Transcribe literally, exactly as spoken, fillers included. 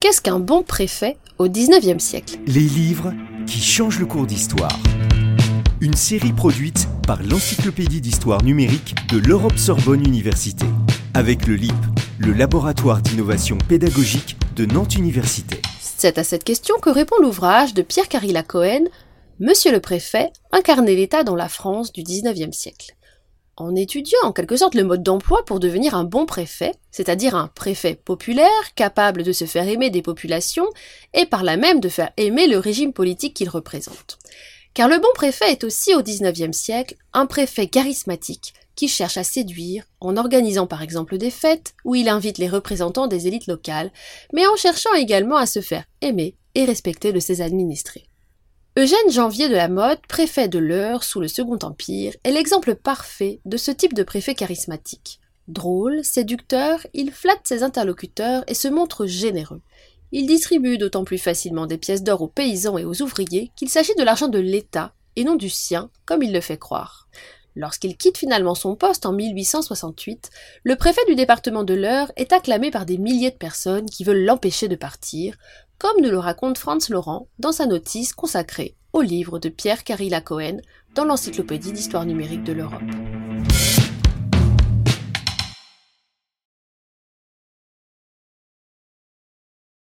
Qu'est-ce qu'un bon préfet au dix-neuvième siècle ? Les livres qui changent le cours d'histoire. Une série produite par l'Encyclopédie d'Histoire Numérique de l'Europe Sorbonne Université, avec le L I P, le Laboratoire d'Innovation Pédagogique de Nantes Université. C'est à cette question que répond l'ouvrage de Pierre Carry-Lacoën, Monsieur le préfet, incarner l'État dans la France du dix-neuvième siècle. En étudiant en quelque sorte le mode d'emploi pour devenir un bon préfet, c'est-à-dire un préfet populaire, capable de se faire aimer des populations et par là même de faire aimer le régime politique qu'il représente. Car le bon préfet est aussi au dix-neuvième siècle un préfet charismatique qui cherche à séduire en organisant par exemple des fêtes où il invite les représentants des élites locales, mais en cherchant également à se faire aimer et respecter de ses administrés. Eugène Janvier de la Motte, préfet de l'Eure sous le Second Empire, est l'exemple parfait de ce type de préfet charismatique. Drôle, séducteur, il flatte ses interlocuteurs et se montre généreux. Il distribue d'autant plus facilement des pièces d'or aux paysans et aux ouvriers qu'il s'agit de l'argent de l'État et non du sien, comme il le fait croire. Lorsqu'il quitte finalement son poste en mille huit cent soixante-huit, le préfet du département de l'Eure est acclamé par des milliers de personnes qui veulent l'empêcher de partir, comme nous le raconte Franz Laurent dans sa notice consacrée au livre de Pierre Carry-Lacoën dans l'Encyclopédie d'Histoire Numérique de l'Europe.